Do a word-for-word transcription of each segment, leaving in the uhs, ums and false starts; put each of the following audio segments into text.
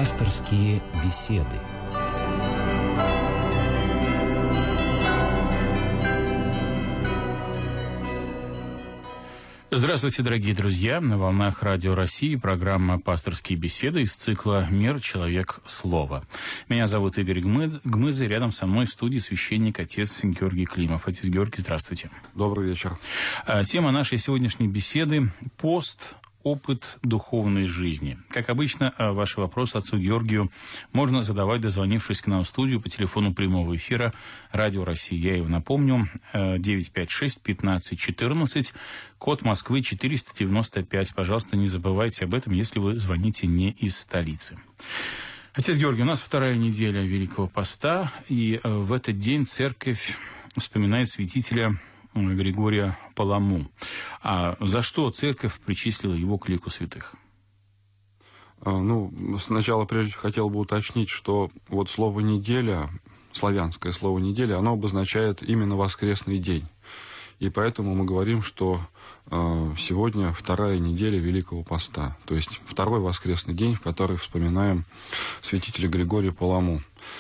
Пасторские беседы. Здравствуйте, дорогие друзья! На волнах Радио России программа «Пасторские беседы» из цикла «Мир. Человек. Слово». Меня зовут Игорь Гмыз, и рядом со мной в студии священник отец Георгий Климов. Отец Георгий, здравствуйте. Добрый вечер. Тема нашей сегодняшней беседы – пост. Опыт духовной жизни. Как обычно, ваши вопросы отцу Георгию можно задавать, дозвонившись к нам в студию по телефону прямого эфира Радио России. Я его напомню, девять пять шесть пятнадцать четырнадцать, код Москвы четыреста девяносто пять. Пожалуйста, не забывайте об этом, если вы звоните не из столицы. Отец Георгий, у нас вторая неделя Великого Поста, и в этот день церковь вспоминает святителя Григория Паламу. А за что церковь причислила его к лику святых? Ну, сначала прежде хотел бы уточнить, что вот слово «неделя», славянское слово «неделя», оно обозначает именно воскресный день. И поэтому мы говорим, что сегодня вторая неделя Великого Поста, то есть второй воскресный день, в который вспоминаем святителя Григория Паламу.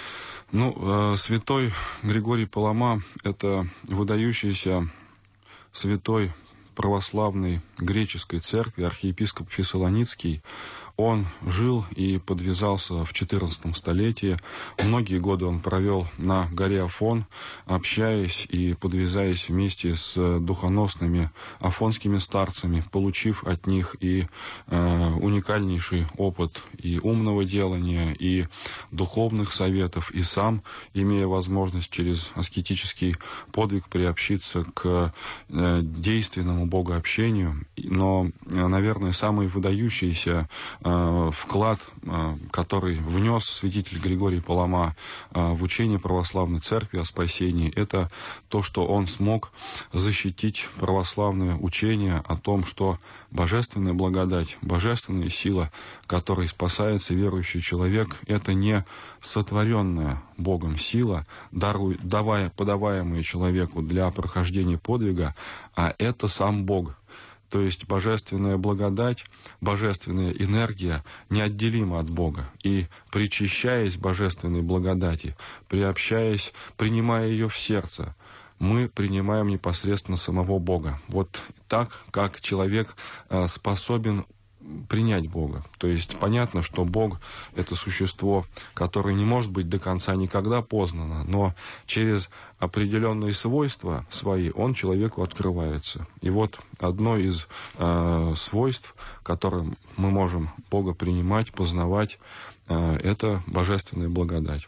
Ну, святой Григорий Палама – это выдающийся святой православной греческой церкви, архиепископ Фессалоницкий. Он жил и подвязался в четырнадцатом столетии. Многие годы он провел на горе Афон, общаясь и подвязаясь вместе с духоносными афонскими старцами, получив от них и э, уникальнейший опыт и умного делания, и духовных советов, и сам, имея возможность через аскетический подвиг приобщиться к э, действенному богообщению. Но, наверное, самый выдающийся вклад, который внес святитель Григорий Палама в учение православной церкви о спасении, это то, что он смог защитить православное учение о том, что божественная благодать, божественная сила, которой спасается верующий человек, это не сотворенная Богом сила, даруй, давая, подаваемая человеку для прохождения подвига, а это сам Бог. То есть божественная благодать, божественная энергия неотделима от Бога. И причащаясь божественной благодати, приобщаясь, принимая ее в сердце, мы принимаем непосредственно самого Бога. Вот так, как человек способен принять Бога. То есть понятно, что Бог — это существо, которое не может быть до конца никогда познано, но через определенные свойства свои он человеку открывается. И вот одно из э, свойств, которым мы можем Бога принимать, познавать, э, это божественная благодать.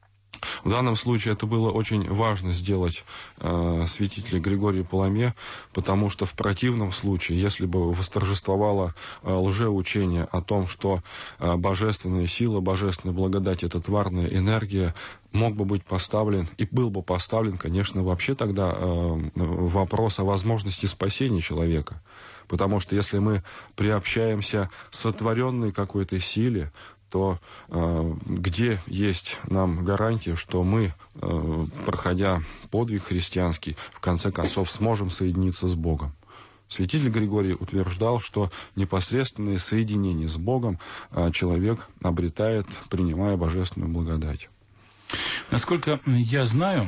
В данном случае это было очень важно сделать э, святителю Григорию Паламе, потому что в противном случае, если бы восторжествовало э, лжеучение о том, что э, божественная сила, божественная благодать — это тварная энергия, мог бы быть поставлен, и был бы поставлен, конечно, вообще тогда э, вопрос о возможности спасения человека. Потому что если мы приобщаемся к сотворенной какой-то силе, то э, где есть нам гарантия, что мы, э, проходя подвиг христианский, в конце концов сможем соединиться с Богом? Святитель Григорий утверждал, что непосредственное соединение с Богом э, человек обретает, принимая божественную благодать. Насколько я знаю,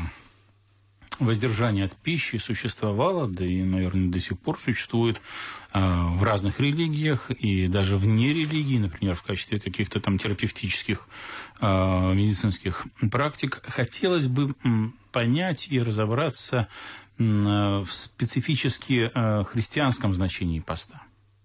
воздержание от пищи существовало, да и, наверное, до сих пор существует э, в разных религиях и даже вне религии, например, в качестве каких-то там терапевтических э, медицинских практик. Хотелось бы м, понять и разобраться м, в специфически э, христианском значении поста.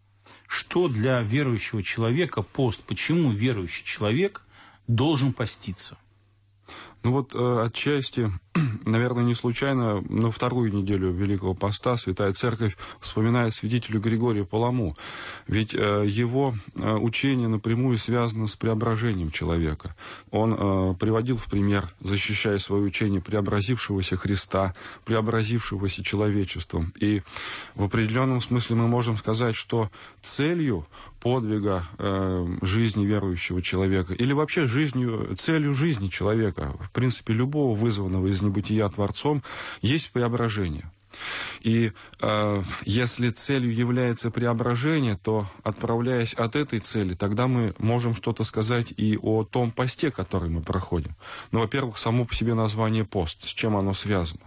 Что для верующего человека пост? Почему верующий человек должен поститься? Ну вот э, отчасти, наверное, не случайно, на вторую неделю Великого Поста Святая Церковь вспоминает святителю Григорию Паламу. Ведь э, его э, учение напрямую связано с преображением человека. Он э, приводил в пример, защищая свое учение, преобразившегося Христа, преобразившегося человечеством. И в определенном смысле мы можем сказать, что целью подвига э, жизни верующего человека, или вообще жизнью, целью жизни человека, в принципе, любого вызванного из небытия Творцом, есть преображение. И э, если целью является преображение, то, отправляясь от этой цели, тогда мы можем что-то сказать и о том посте, который мы проходим. Ну, во-первых, само по себе название пост, с чем оно связано.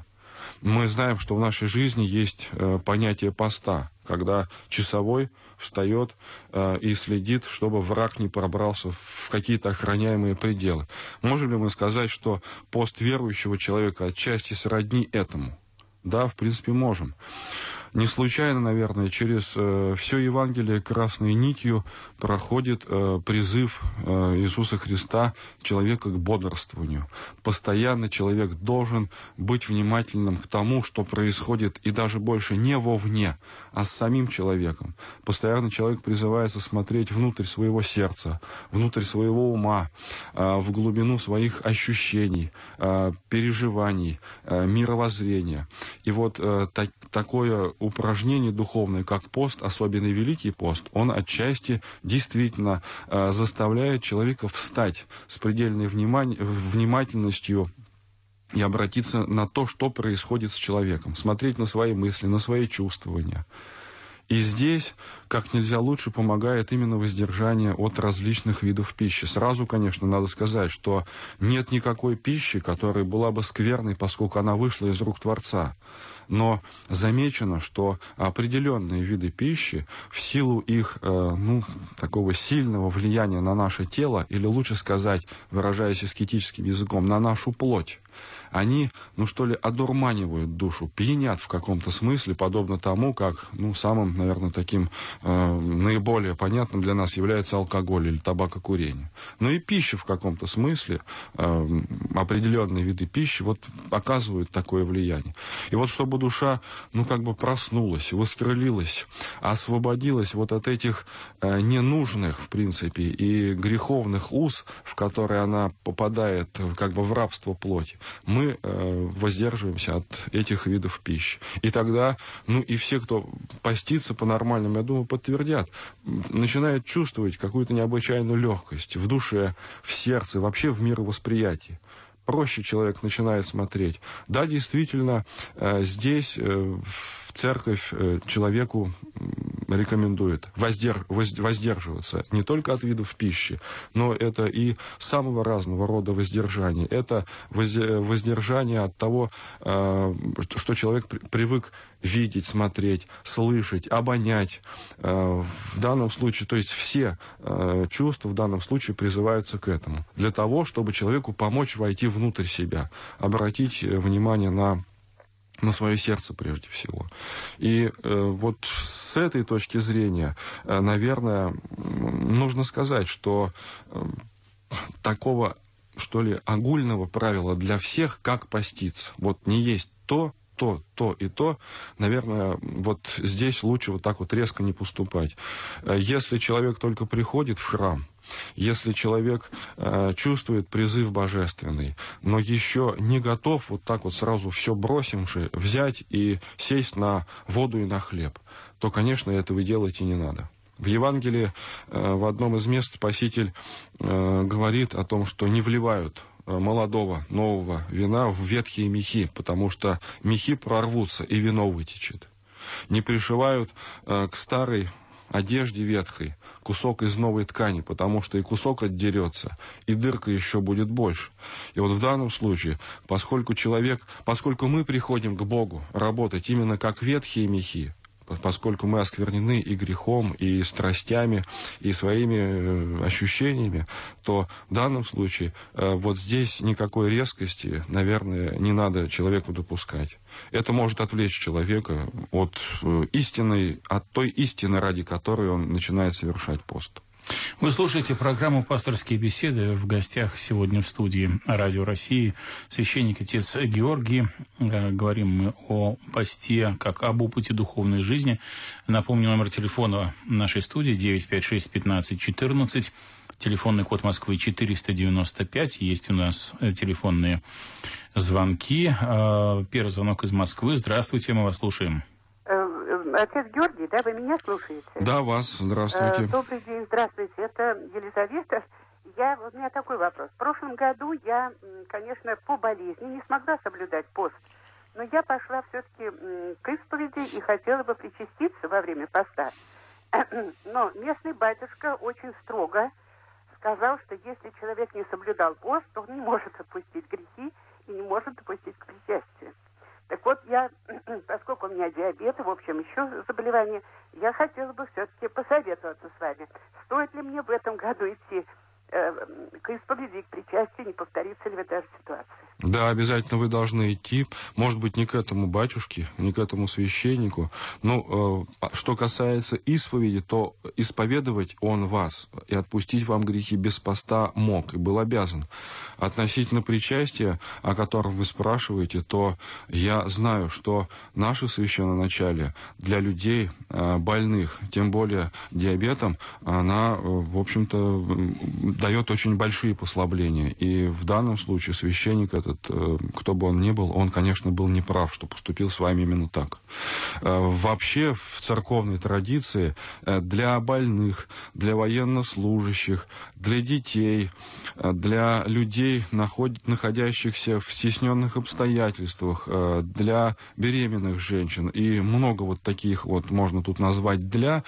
Мы знаем, что в нашей жизни есть э, понятие поста, когда часовой встает э, и следит, чтобы враг не пробрался в какие-то охраняемые пределы. Можем ли мы сказать, что пост верующего человека отчасти сродни этому? Да, в принципе, можем. Не случайно, наверное, через э, все Евангелие красной нитью проходит э, призыв э, Иисуса Христа человека к бодрствованию. Постоянно человек должен быть внимательным к тому, что происходит, и даже больше не вовне, а с самим человеком. Постоянно человек призывается смотреть внутрь своего сердца, внутрь своего ума, э, в глубину своих ощущений, э, переживаний, э, мировоззрения. И вот э, так, такое упражнение духовное, как пост, особенно Великий пост, он отчасти действительно э, заставляет человека встать с предельной внимань... внимательностью и обратиться на то, что происходит с человеком, смотреть на свои мысли, на свои чувствования. И здесь как нельзя лучше помогает именно воздержание от различных видов пищи. Сразу, конечно, надо сказать, что нет никакой пищи, которая была бы скверной, поскольку она вышла из рук Творца. Но замечено, что определенные виды пищи в силу их э, ну, такого сильного влияния на наше тело, или лучше сказать, выражаясь аскетическим языком, на нашу плоть, они, ну что ли, одурманивают душу, пьянят в каком-то смысле, подобно тому, как, ну, самым, наверное, таким э, наиболее понятным для нас является алкоголь или табакокурение. Но и пища в каком-то смысле, э, определенные виды пищи, вот оказывают такое влияние. И вот чтобы душа, ну, как бы проснулась, воскрылилась, освободилась вот от этих э, ненужных, в принципе, и греховных уз, в которые она попадает, как бы в рабство плоти, мы э, воздерживаемся от этих видов пищи. И тогда, ну, и все, кто постится по-нормальному, я думаю, подтвердят, начинают чувствовать какую-то необычайную легкость в душе, в сердце, вообще в мировосприятии. Проще человек начинает смотреть. Да, действительно, э, здесь, э, в церковь, э, человеку рекомендует воздерж, воздерживаться не только от видов пищи, но это и самого разного рода воздержания. Это воздержание от того, э, что человек привык видеть, смотреть, слышать, обонять. Э, в данном случае, то есть все э, чувства в данном случае призываются к этому. Для того, чтобы человеку помочь войти внутрь себя, обратить внимание на на свое сердце прежде всего. И э, вот с этой точки зрения, э, наверное, нужно сказать, что э, такого, что ли, огульного правила для всех, как поститься. Вот не есть то, то, то и то, наверное, вот здесь лучше вот так вот резко не поступать. Если человек только приходит в храм, если человек э, чувствует призыв божественный, но еще не готов вот так вот сразу все бросимши взять и сесть на воду и на хлеб, то, конечно, этого делать и не надо. В Евангелии э, в одном из мест Спаситель э, говорит о том, что не вливают молодого, нового вина в ветхие мехи, потому что мехи прорвутся, и вино вытечет. Не пришивают э, к старой одежде ветхой кусок из новой ткани, потому что и кусок отдерется, и дырка еще будет больше. И вот в данном случае, поскольку человек, поскольку мы приходим к Богу работать именно как ветхие мехи, поскольку мы осквернены и грехом, и страстями, и своими ощущениями, то в данном случае вот здесь никакой резкости, наверное, не надо человеку допускать. Это может отвлечь человека от истины, от той истины, ради которой он начинает совершать пост. Вы слушаете программу «Пасторские беседы». В гостях сегодня в студии Радио России священник отец Георгий. Говорим мы о посте как об опыте духовной жизни. Напомню, номер телефона нашей студии девять пять шесть пятнадцать четырнадцать. Телефонный код Москвы четыреста девяносто пять. Есть у нас телефонные звонки. Первый звонок из Москвы. Здравствуйте, мы вас слушаем. Отец Георгий, да, вы меня слушаете? Да, вас. Здравствуйте. Э, добрый день, здравствуйте. Это Елизавета. Я, у меня такой вопрос. В прошлом году я, конечно, по болезни не смогла соблюдать пост. Но я пошла все-таки к исповеди и хотела бы причаститься во время поста. Но местный батюшка очень строго сказал, что если человек не соблюдал пост, то он не может отпустить грехи и не может допустить к причастию. Так вот, я, поскольку у меня диабет и, в общем, еще заболевания, я хотела бы все-таки посоветоваться с вами. Стоит ли мне в этом году идти э, к исповеди, к причастию, не повторится ли в этой же ситуации? Да, обязательно вы должны идти. Может быть, не к этому батюшке, не к этому священнику. Но э, что касается исповеди, то исповедовать он вас и отпустить вам грехи без поста мог и был обязан. Относительно причастия, о котором вы спрашиваете, то я знаю, что наше священноначалие для людей э, больных, тем более диабетом, она, э, в общем-то, дает очень большие послабления. И в данном случае священник этот, кто бы он ни был, он, конечно, был неправ, что поступил с вами именно так. Вообще в церковной традиции для больных, для военнослужащих, для детей, для людей, находящихся в стесненных обстоятельствах, для беременных женщин и много вот таких вот можно тут назвать для,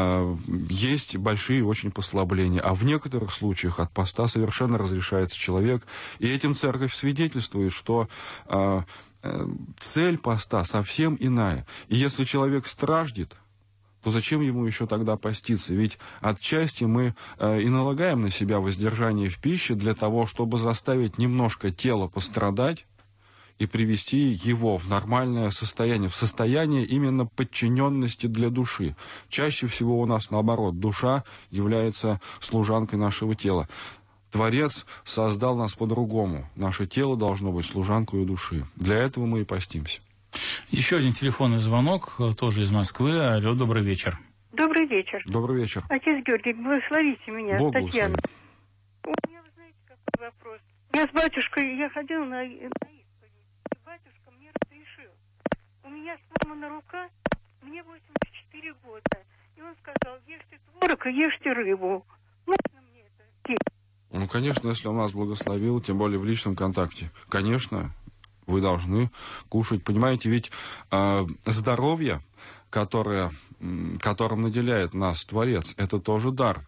есть большие очень послабления. А в некоторых случаях от поста совершенно разрешается человек, и этим церковь свидетельствует, что э, э, цель поста совсем иная. И если человек страждет, то зачем ему еще тогда поститься? Ведь отчасти мы э, и налагаем на себя воздержание в пище для того, чтобы заставить немножко тело пострадать и привести его в нормальное состояние, в состояние именно подчиненности для души. Чаще всего у нас наоборот, душа является служанкой нашего тела. Творец создал нас по-другому. Наше тело должно быть служанкой души. Для этого мы и постимся. Еще один телефонный звонок, тоже из Москвы. Алло, добрый вечер. Добрый вечер. Добрый вечер. Отец Георгий, благословите меня, Бог Татьяна. благословит. У меня, вы знаете, какой вопрос. Я с батюшкой, я ходила на, на исповедь, и батюшка мне разрешил. У меня сломана рука, мне восемьдесят четыре года. И он сказал, ешьте творог и ешьте рыбу. Можно мне это делать? Ну, конечно, если он вас благословил, тем более в личном контакте, конечно, вы должны кушать. Понимаете, ведь э, здоровье, которое, которым наделяет нас Творец, это тоже дар.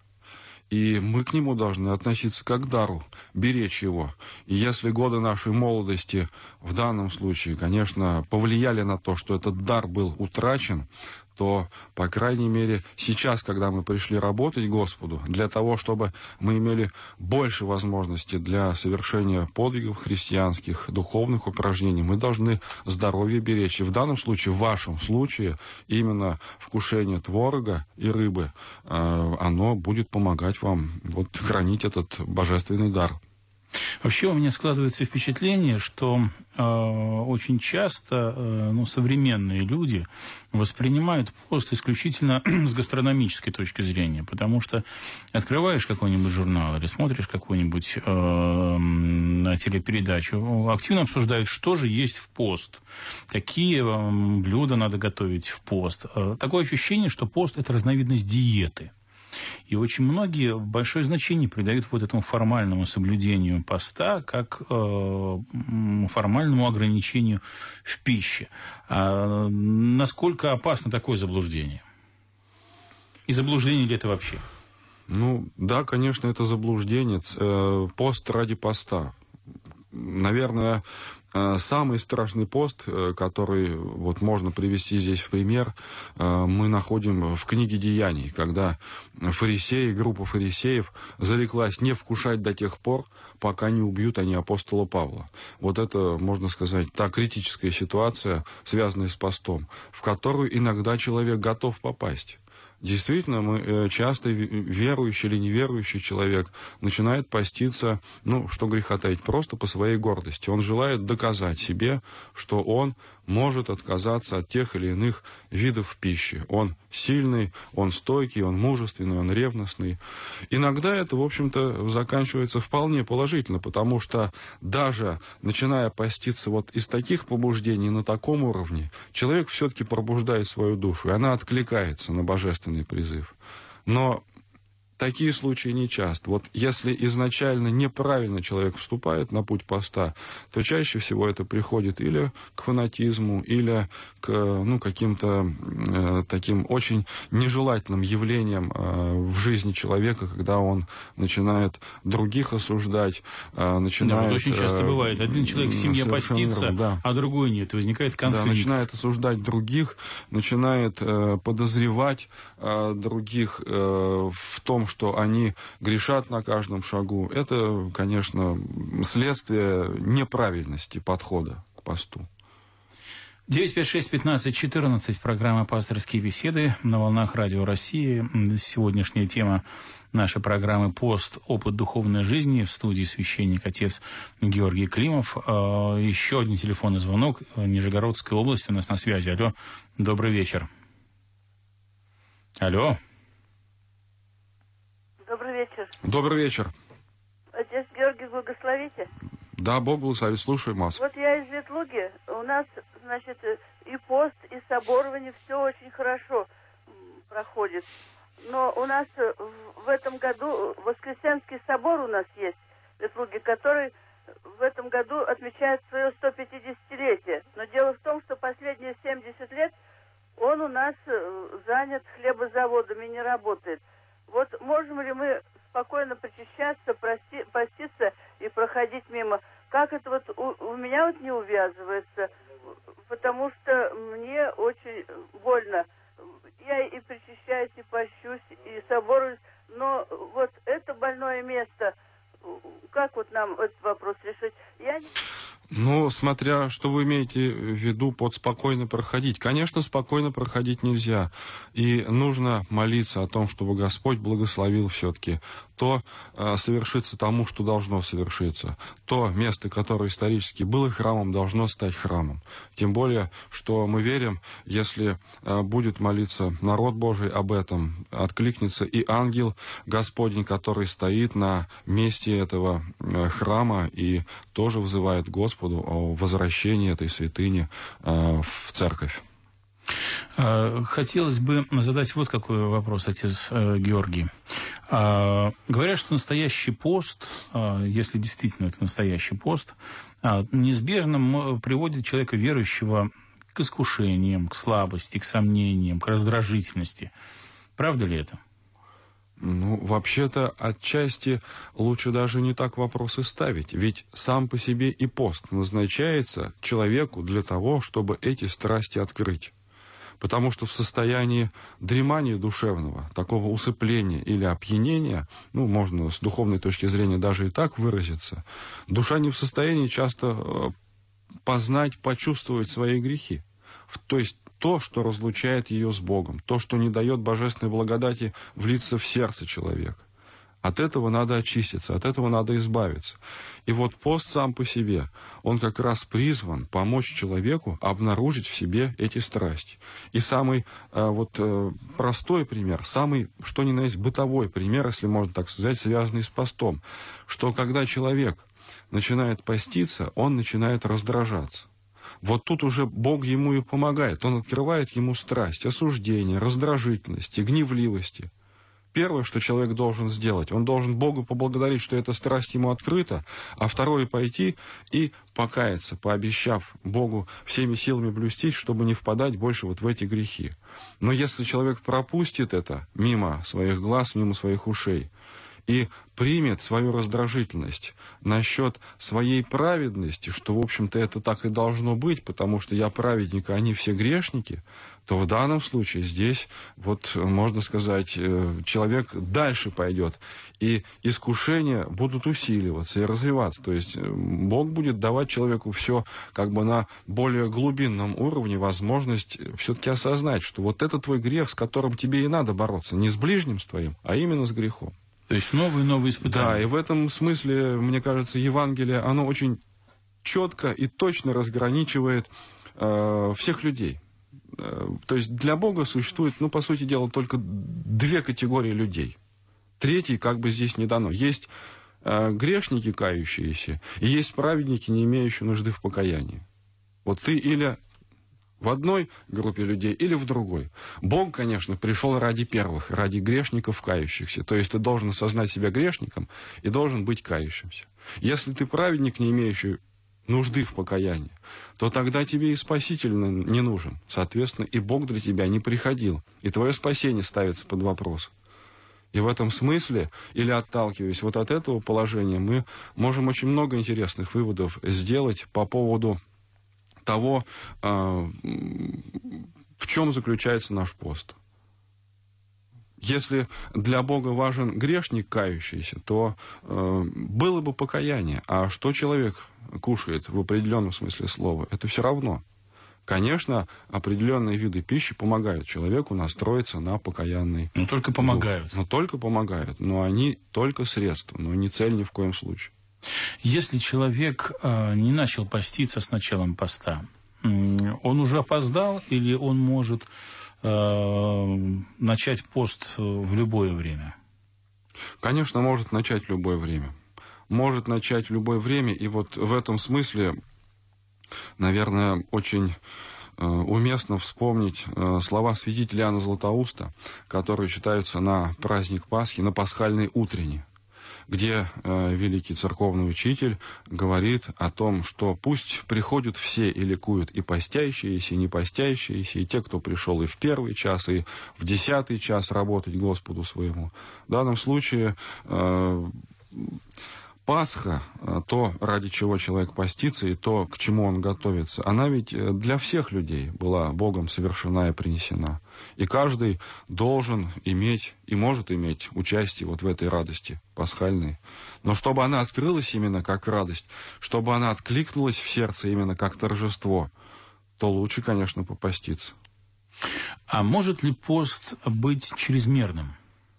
И мы к нему должны относиться как к дару, беречь его. И если годы нашей молодости в данном случае, конечно, повлияли на то, что этот дар был утрачен, то, по крайней мере, сейчас, когда мы пришли работать Господу, для того, чтобы мы имели больше возможностей для совершения подвигов христианских, духовных упражнений, мы должны здоровье беречь. И в данном случае, в вашем случае, именно вкушение творога и рыбы, э, оно будет помогать вам вот, хранить этот божественный дар. Вообще у меня складывается впечатление, что э, очень часто э, ну, современные люди воспринимают пост исключительно с гастрономической точки зрения, потому что открываешь какой-нибудь журнал или смотришь какую-нибудь э, телепередачу, активно обсуждают, что же есть в пост, какие э, блюда надо готовить в пост. Э, такое ощущение, что пост – это разновидность диеты. И очень многие большое значение придают вот этому формальному соблюдению поста как э, формальному ограничению в пище. А насколько опасно такое заблуждение? И заблуждение ли это вообще? Ну, да, конечно, это заблуждение. Пост ради поста. Наверное, самый страшный пост, который вот можно привести здесь в пример, мы находим в книге Деяний, когда фарисеи, группа фарисеев зареклась не вкушать до тех пор, пока не убьют они апостола Павла. Вот это, можно сказать, та критическая ситуация, связанная с постом, в которую иногда человек готов попасть. Действительно, мы часто верующий или неверующий человек начинает поститься, ну, что греха таить, просто по своей гордости. Он желает доказать себе, что он может отказаться от тех или иных видов пищи. Он сильный, он стойкий, он мужественный, он ревностный. Иногда это, в общем-то, заканчивается вполне положительно, потому что даже начиная поститься вот из таких побуждений на таком уровне, человек все-таки пробуждает свою душу, и она откликается на божественный призыв. Но такие случаи нечасты. Вот если изначально неправильно человек вступает на путь поста, то чаще всего это приходит или к фанатизму, или к ну, каким-то э, таким очень нежелательным явлениям э, в жизни человека, когда он начинает других осуждать, э, начинает... Да, вот очень часто э, бывает. Один человек в семье постится, да. а другой нет. Возникает конфликт. Да, начинает осуждать других, начинает э, подозревать э, других э, в том, что они грешат на каждом шагу. Это, конечно, следствие неправильности подхода к посту. девять пять шесть пятнадцать четырнадцать, программа «Пасторские беседы» на волнах Радио России. Сегодняшняя тема нашей программы «Пост. Опыт духовной жизни». В студии священник отец Георгий Климов. Еще один телефонный звонок. Нижегородская область у нас на связи. Алло, добрый вечер. Алло. Добрый вечер. Добрый вечер. Отец Георгий, благословите. Да, Бог благословит, слушаю вас. Вот я из Ветлуги, у нас, значит, и пост, и соборование, все очень хорошо проходит. Но у нас в этом году Воскресенский собор у нас есть в Ветлуге, который в этом году отмечает свое сто пятидесятилетие. Но дело в том, что последние семьдесят лет он у нас занят хлебозаводом и не работает. Вот можем ли мы спокойно причащаться, прости, поститься и проходить мимо? Как это вот у, у меня вот не увязывается, потому что мне очень больно. Я и причащаюсь, и пощусь, и соборуюсь, но вот это больное место, как вот нам этот вопрос решить? Я не... Ну, смотря, что вы имеете в виду под спокойно проходить. Конечно, спокойно проходить нельзя. И нужно молиться о том, чтобы Господь благословил все-таки то э, совершиться тому, что должно совершиться. То место, которое исторически было храмом, должно стать храмом. Тем более, что мы верим, если э, будет молиться народ Божий об этом, откликнется и ангел Господень, который стоит на месте этого э, храма и тоже взывает Господу о возвращении этой святыни э, в церковь. Хотелось бы задать вот какой вопрос, отец Георгий. Говорят, что настоящий пост, если действительно это настоящий пост, неизбежно приводит человека верующего к искушениям, к слабости, к сомнениям, к раздражительности. Правда ли это? Ну, вообще-то, отчасти лучше даже не так вопросы ставить. Ведь сам по себе и пост назначается человеку для того, чтобы эти страсти открыть. Потому что в состоянии дремания душевного, такого усыпления или опьянения, ну, можно с духовной точки зрения даже и так выразиться, душа не в состоянии часто познать, почувствовать свои грехи. То есть то, что разлучает ее с Богом, то, что не дает божественной благодати влиться в сердце человека. От этого надо очиститься, от этого надо избавиться. И вот пост сам по себе, он как раз призван помочь человеку обнаружить в себе эти страсти. И самый э, вот, э, простой пример, самый, что ни на есть, бытовой пример, если можно так сказать, связанный с постом, что когда человек начинает поститься, он начинает раздражаться. Вот тут уже Бог ему и помогает. Он открывает ему страсть, осуждение, раздражительности, гневливости. Первое, что человек должен сделать, он должен Богу поблагодарить, что эта страсть ему открыта, а второе пойти и покаяться, пообещав Богу всеми силами блюстить, чтобы не впадать больше вот в эти грехи. Но если человек пропустит это мимо своих глаз, мимо своих ушей, и примет свою раздражительность насчет своей праведности, что, в общем-то, это так и должно быть, потому что я праведник, а они все грешники, то в данном случае здесь, вот, можно сказать, человек дальше пойдет, и искушения будут усиливаться и развиваться. То есть Бог будет давать человеку все как бы на более глубинном уровне возможность все-таки осознать, что вот это твой грех, с которым тебе и надо бороться, не с ближним с твоим, а именно с грехом. То есть новые новые испытания. Да, и в этом смысле, мне кажется, Евангелие, оно очень четко и точно разграничивает э, всех людей. Э, то есть для Бога существует, ну, по сути дела, только две категории людей. Третьей как бы здесь не дано. Есть э, грешники, кающиеся, и есть праведники, не имеющие нужды в покаянии. Вот ты или в одной группе людей или в другой. Бог, конечно, пришел ради первых, ради грешников кающихся. То есть ты должен осознать себя грешником и должен быть кающимся. Если ты праведник, не имеющий нужды в покаянии, то тогда тебе и Спаситель не нужен. Соответственно, и Бог для тебя не приходил. И твое спасение ставится под вопрос. И в этом смысле, или отталкиваясь вот от этого положения, мы можем очень много интересных выводов сделать по поводу того, в чем заключается наш пост. Если для Бога важен грешник кающийся, то э, было бы покаяние. А что человек кушает в определенном смысле слова, это все равно. Конечно, определенные виды пищи помогают человеку настроиться на покаянный Но только помогают. дух. Но только помогают. Но они только средства, но не цель ни в коем случае. Если человек э, не начал поститься с началом поста, э, он уже опоздал или он может начать пост в любое время? Конечно, может начать в любое время. Может начать в любое время. И вот в этом смысле, наверное, очень уместно вспомнить слова святителя Иоанна Златоуста, которые читаются на праздник Пасхи, на пасхальной утренне, где э, великий церковный учитель говорит о том, что пусть приходят все и ликуют, и постящиеся, и не постящиеся, и те, кто пришел и в первый час, и в десятый час работать Господу своему. В данном случае э, Пасха, то, ради чего человек постится, и то, к чему он готовится, она ведь для всех людей была Богом совершена и принесена. И каждый должен иметь и может иметь участие вот в этой радости пасхальной. Но чтобы она открылась именно как радость, чтобы она откликнулась в сердце именно как торжество, то лучше, конечно, попаститься. А может ли пост быть чрезмерным?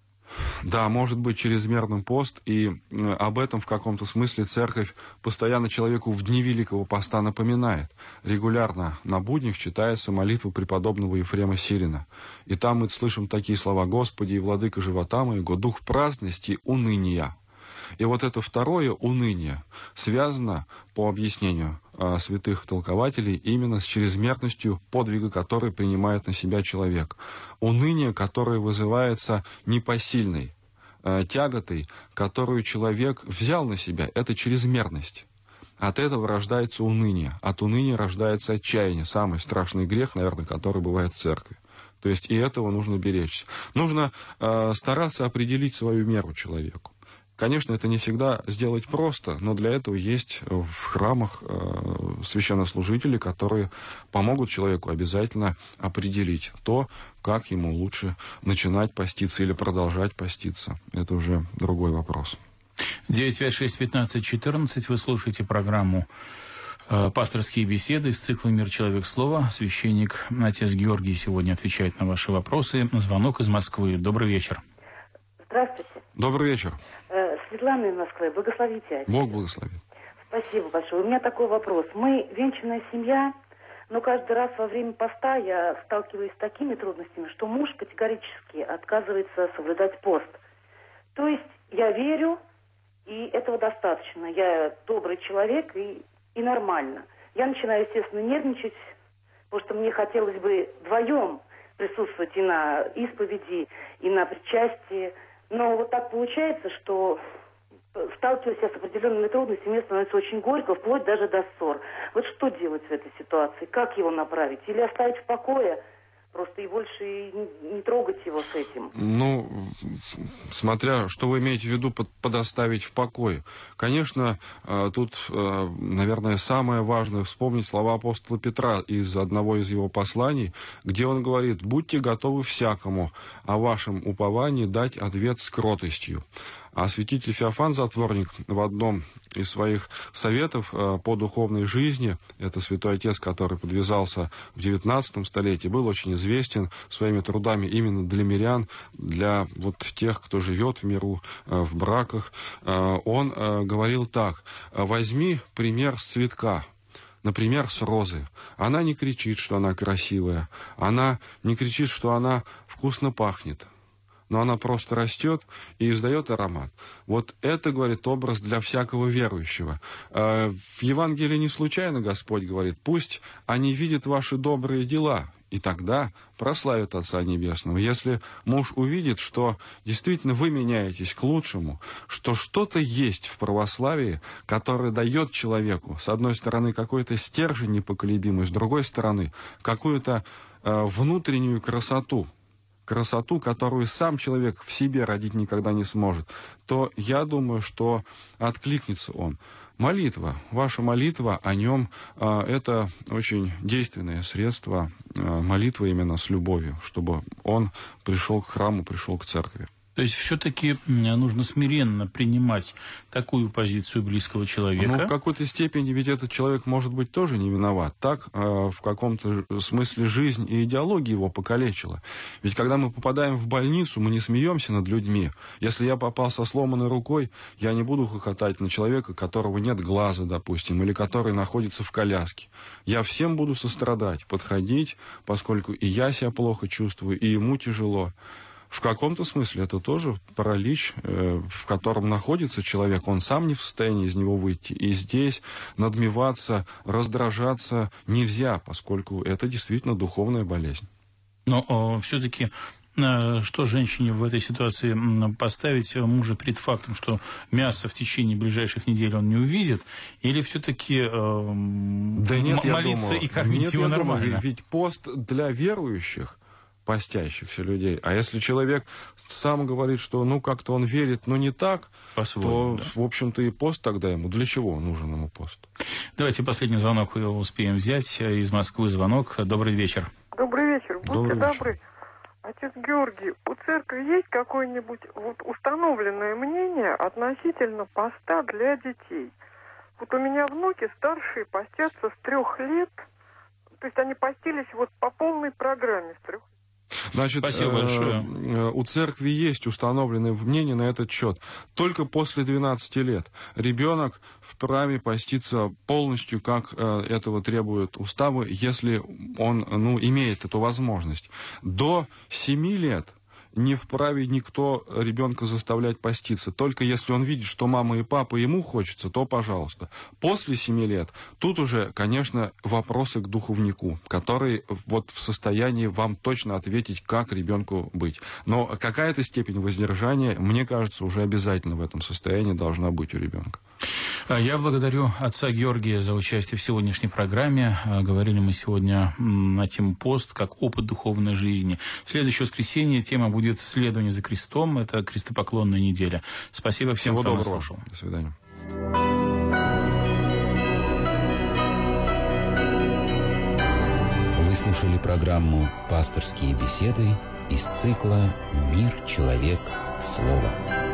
Да, может быть чрезмерным пост, и об этом в каком-то смысле церковь постоянно человеку в дни Великого Поста напоминает. Регулярно на буднях читается молитва преподобного Ефрема Сирина. И там мы слышим такие слова: «Господи и владыка живота моего, дух праздности, уныния». И вот это второе уныние связано, по объяснению э, святых толкователей, именно с чрезмерностью подвига, который принимает на себя человек. Уныние, которое вызывается непосильной э, тяготой, которую человек взял на себя, это чрезмерность. От этого рождается уныние. От уныния рождается отчаяние. Самый страшный грех, наверное, который бывает в церкви. То есть и этого нужно беречься. Нужно э, стараться определить свою меру человеку. Конечно, это не всегда сделать просто, но для этого есть в храмах э, священнослужители, которые помогут человеку обязательно определить то, как ему лучше начинать поститься или продолжать поститься. Это уже другой вопрос. девять пять шесть пятнадцать четырнадцать. Вы слушаете программу э, «Пасторские беседы» из цикла «Мир, человек, слово». Священник отец Георгий сегодня отвечает на ваши вопросы. Звонок из Москвы. Добрый вечер. Здравствуйте. Добрый вечер. Э, Светлана из Москвы. Благословите. Бог благословит. Спасибо большое. У меня такой вопрос. Мы венчанная семья, но каждый раз во время поста я сталкиваюсь с такими трудностями, что муж категорически отказывается соблюдать пост. То есть я верю, и этого достаточно. Я добрый человек, и, и нормально. Я начинаю, естественно, нервничать, потому что мне хотелось бы вдвоем присутствовать и на исповеди, и на причастии. Но вот так получается, что, сталкиваясь с определенными трудностями, мне становится очень горько, вплоть даже до ссор. Вот что делать в этой ситуации? Как его направить? Или оставить в покое просто и больше не, не трогать его с этим? Ну, смотря, что вы имеете в виду под, подоставить в покое. Конечно, тут, наверное, самое важное вспомнить слова апостола Петра из одного из его посланий, где он говорит: «Будьте готовы всякому о вашем уповании дать ответ с кротостью». А святитель Феофан Затворник в одном из своих советов по духовной жизни, это святой отец, который подвязался в девятнадцатом столетии, был очень известен своими трудами именно для мирян, для вот тех, кто живет в миру, в браках. Он говорил так: «Возьми пример с цветка». Например, с розы. Она не кричит, что она красивая. Она не кричит, что она вкусно пахнет. но она просто растет и издает аромат. Вот это, говорит, образ для всякого верующего. В Евангелии не случайно Господь говорит: пусть они видят ваши добрые дела, и тогда прославят Отца Небесного. Если муж увидит, что действительно вы меняетесь к лучшему, что что-то есть в православии, которое дает человеку, с одной стороны, какой-то стержень непоколебимый, с другой стороны, какую-то э, внутреннюю красоту, красоту, которую сам человек в себе родить никогда не сможет, то я думаю, что откликнется он. Молитва, ваша молитва о нем, э, это очень действенное средство, э, молитва именно с любовью, чтобы он пришел к храму, пришел к церкви. То есть все-таки нужно смиренно принимать такую позицию близкого человека. Ну, в какой-то степени ведь этот человек, может быть, тоже не виноват. Так, э, в каком-то смысле жизнь и идеология его покалечила. Ведь когда мы попадаем в больницу, мы не смеемся над людьми. Если я попал со сломанной рукой, я не буду хохотать на человека, у которого нет глаза, допустим, или который находится в коляске. Я всем буду сострадать, подходить, поскольку и я себя плохо чувствую, и ему тяжело. В каком-то смысле это тоже паралич, э, в котором находится человек, он сам не в состоянии из него выйти. И здесь надмеваться, раздражаться нельзя, поскольку это действительно духовная болезнь. Но все-таки э, что женщине в этой ситуации поставить мужа перед фактом, что мясо в течение ближайших недель он не увидит, или все-таки э, да нет, молиться думаю, и кормить нет, его я нормально? Думаю, ведь пост для верующих, постящихся людей. А если человек сам говорит, что ну как-то он верит, но не так, то, да. в общем-то, и пост тогда ему. Для чего нужен ему пост? Давайте последний звонок успеем взять. Из Москвы звонок. Добрый вечер. Добрый вечер. Будьте Добрый добры. вечер. Отец Георгий, у церкви есть какое-нибудь вот установленное мнение относительно поста для детей? Вот у меня внуки старшие постятся с трех лет, то есть они постились вот по полной программе с трех лет. Значит, Спасибо большое. Э, у церкви есть установленное мнение на этот счет. Только после двенадцати лет ребенок вправе поститься полностью, как э, этого требуют уставы, если он ну, имеет эту возможность. До семи лет не вправе никто ребенка заставлять поститься. Только если он видит, что мама и папа ему хочется, то пожалуйста. После семи лет тут уже, конечно, вопросы к духовнику, который вот в состоянии вам точно ответить, как ребенку быть. Но какая-то степень воздержания, мне кажется, уже обязательно в этом состоянии должна быть у ребенка. Я благодарю отца Георгия за участие в сегодняшней программе. Говорили мы сегодня на тему пост, как опыт духовной жизни. В следующее воскресенье тема будет «Следование за крестом». Это крестопоклонная неделя. Спасибо всем, Всего кто доброго. нас слушал. До свидания. Вы слушали программу «Пасторские беседы» из цикла «Мир, человек, слово».